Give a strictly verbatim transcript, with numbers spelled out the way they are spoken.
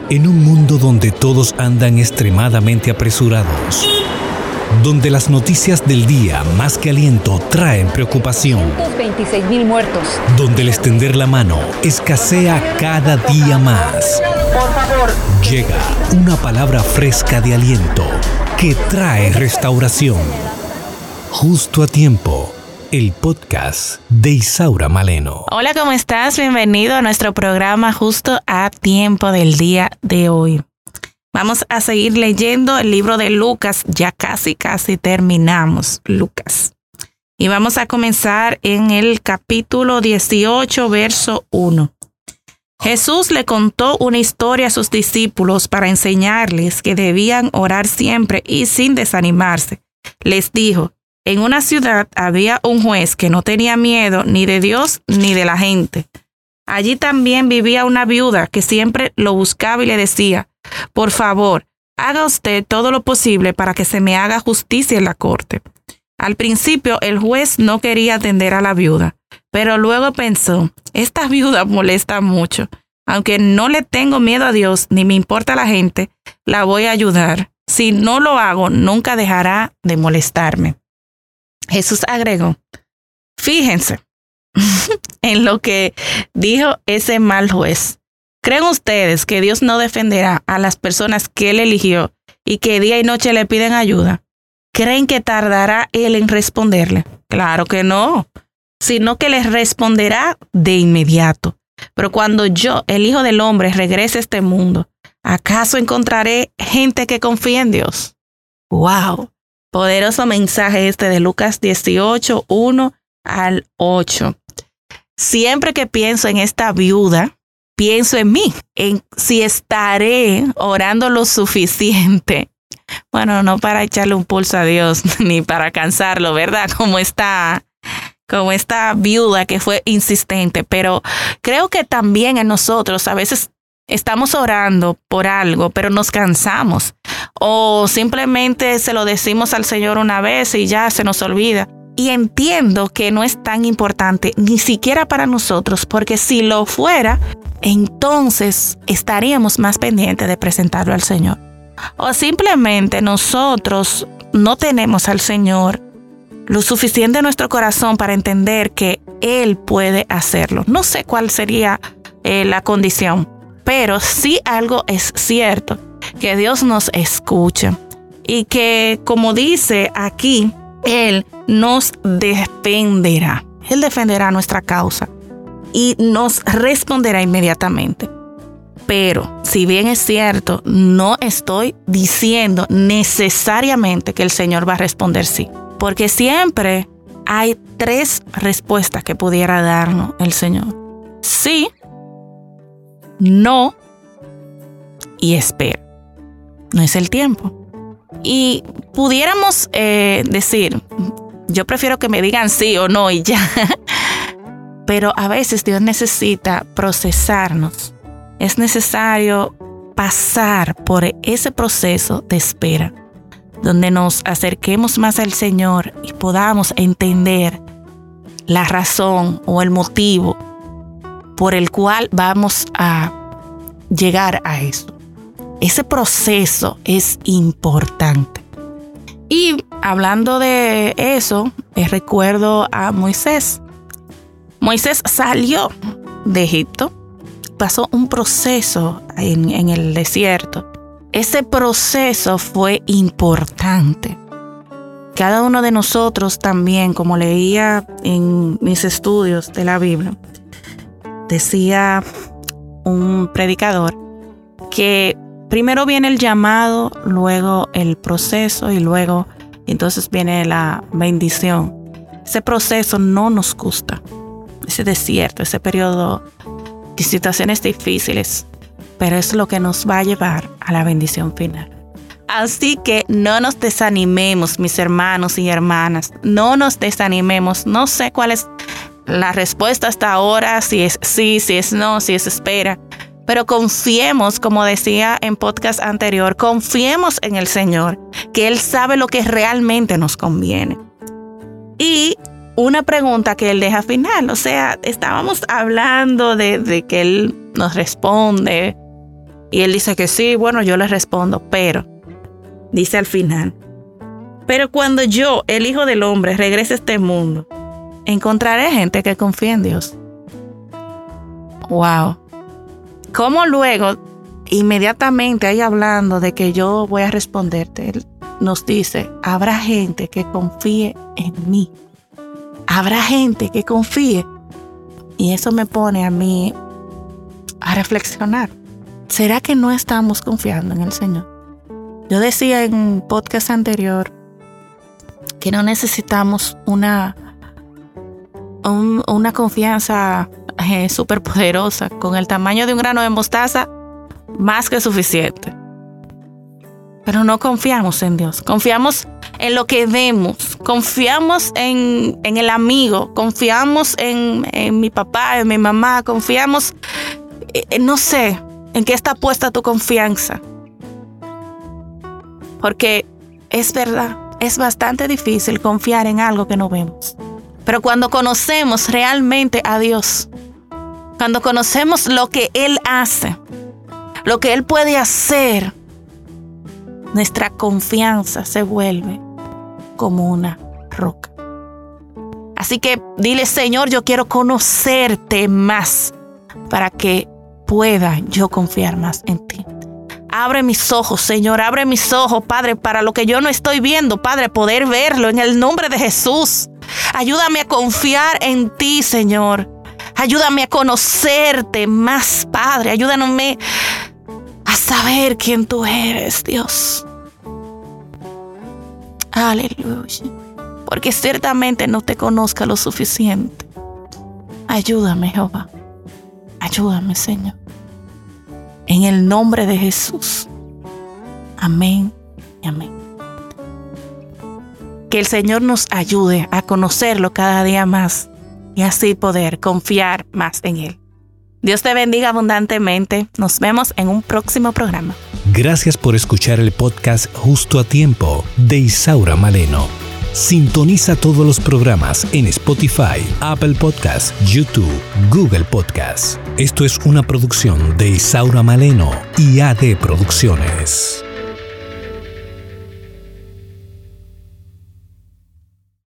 En un mundo donde todos andan extremadamente apresurados, donde las noticias del día más que aliento traen preocupación, ciento veintiséis mil muertos, donde el extender la mano escasea cada día más, por favor, llega una palabra fresca de aliento que trae restauración. Justo a tiempo. El podcast de Isaura Maleno. Hola, ¿cómo estás? Bienvenido a nuestro programa Justo a Tiempo del día de hoy. Vamos a seguir leyendo el libro de Lucas. Ya casi, casi terminamos Lucas. Y vamos a comenzar en el capítulo dieciocho, verso uno. Jesús le contó una historia a sus discípulos para enseñarles que debían orar siempre y sin desanimarse. Les dijo: en una ciudad había un juez que no tenía miedo ni de Dios ni de la gente. Allí también vivía una viuda que siempre lo buscaba y le decía: por favor, haga usted todo lo posible para que se me haga justicia en la corte. Al principio el juez no quería atender a la viuda, pero luego pensó: esta viuda molesta mucho. Aunque no le tengo miedo a Dios ni me importa la gente, la voy a ayudar. Si no lo hago, nunca dejará de molestarme. Jesús agregó: fíjense en lo que dijo ese mal juez. ¿Creen ustedes que Dios no defenderá a las personas que Él eligió y que día y noche le piden ayuda? ¿Creen que tardará Él en responderle? Claro que no, sino que les responderá de inmediato. Pero cuando yo, el Hijo del Hombre, regrese a este mundo, ¿acaso encontraré gente que confíe en Dios? ¡Wow! Poderoso mensaje este de Lucas dieciocho, uno al ocho. Siempre que pienso en esta viuda, pienso en mí, en si estaré orando lo suficiente. Bueno, no para echarle un pulso a Dios, ni para cansarlo, ¿verdad? Como esta, como esta viuda que fue insistente. Pero creo que también en nosotros a veces estamos orando por algo, pero nos cansamos. O simplemente se lo decimos al Señor una vez y ya se nos olvida. Y entiendo que no es tan importante, ni siquiera para nosotros, porque si lo fuera, entonces estaríamos más pendientes de presentarlo al Señor. O simplemente nosotros no tenemos al Señor lo suficiente en nuestro corazón para entender que Él puede hacerlo. No sé cuál sería eh, la condición, pero sí algo es cierto: que Dios nos escucha y que, como dice aquí, Él nos defenderá. Él defenderá nuestra causa y nos responderá inmediatamente. Pero, si bien es cierto, no estoy diciendo necesariamente que el Señor va a responder sí. Porque siempre hay tres respuestas que pudiera darnos el Señor: sí, no y espera. No es el tiempo. Y pudiéramos eh, decir: yo prefiero que me digan sí o no y ya. Pero a veces Dios necesita procesarnos. Es necesario pasar por ese proceso de espera, donde nos acerquemos más al Señor y podamos entender la razón o el motivo por el cual vamos a llegar a eso. Ese proceso es importante. Y hablando de eso, recuerdo a Moisés. Moisés salió de Egipto, pasó un proceso en, en el desierto. Ese proceso fue importante. Cada uno de nosotros también, como leía en mis estudios de la Biblia, decía un predicador que primero viene el llamado, luego el proceso y luego entonces viene la bendición. Ese proceso no nos gusta. Ese desierto, ese periodo de situaciones difíciles, pero es lo que nos va a llevar a la bendición final. Así que no nos desanimemos, mis hermanos y hermanas. No nos desanimemos. No sé cuál es la respuesta hasta ahora, si es sí, si es no, si es espera. Pero confiemos, como decía en podcast anterior, confiemos en el Señor, que Él sabe lo que realmente nos conviene. Y una pregunta que Él deja final, o sea, estábamos hablando de, de que Él nos responde Y él dice que sí, bueno, yo le respondo, pero, dice al final, pero cuando yo, el Hijo del Hombre, regrese a este mundo, encontraré gente que confíe en Dios. Wow. ¿Cómo luego, inmediatamente ahí hablando de que yo voy a responderte, él nos dice, habrá gente que confíe en mí. Habrá gente que confíe. Y eso me pone a mí a reflexionar. ¿Será que no estamos confiando en el Señor? Yo decía en un podcast anterior que no necesitamos una, un, una confianza eh, súper poderosa. Con el tamaño de un grano de mostaza, más que suficiente. Pero no confiamos en Dios. Confiamos en lo que vemos. Confiamos en, en el amigo. Confiamos en, en mi papá, en mi mamá. Confiamos, eh, no sé, en qué está puesta tu confianza. Porque es verdad, es bastante difícil confiar en algo que no vemos. Pero cuando conocemos realmente a Dios, cuando conocemos lo que Él hace, lo que Él puede hacer, nuestra confianza se vuelve como una roca. Así que dile, Señor, yo quiero conocerte más para que pueda yo confiar más en ti. Abre mis ojos, Señor, abre mis ojos, Padre, para lo que yo no estoy viendo, Padre, poder verlo en el nombre de Jesús. Ayúdame a confiar en ti, Señor. Ayúdame a conocerte más, Padre. Ayúdame a saber quién tú eres, Dios. Aleluya. Porque ciertamente no te conozca lo suficiente. Ayúdame, Jehová. Ayúdame, Señor. En el nombre de Jesús. Amén y amén. Que el Señor nos ayude a conocerlo cada día más y así poder confiar más en Él. Dios te bendiga abundantemente. Nos vemos en un próximo programa. Gracias por escuchar el podcast Justo a Tiempo de Isaura Maleno. Sintoniza todos los programas en Spotify, Apple Podcasts, YouTube, Google Podcasts. Esto es una producción de Isaura Maleno y A D Producciones.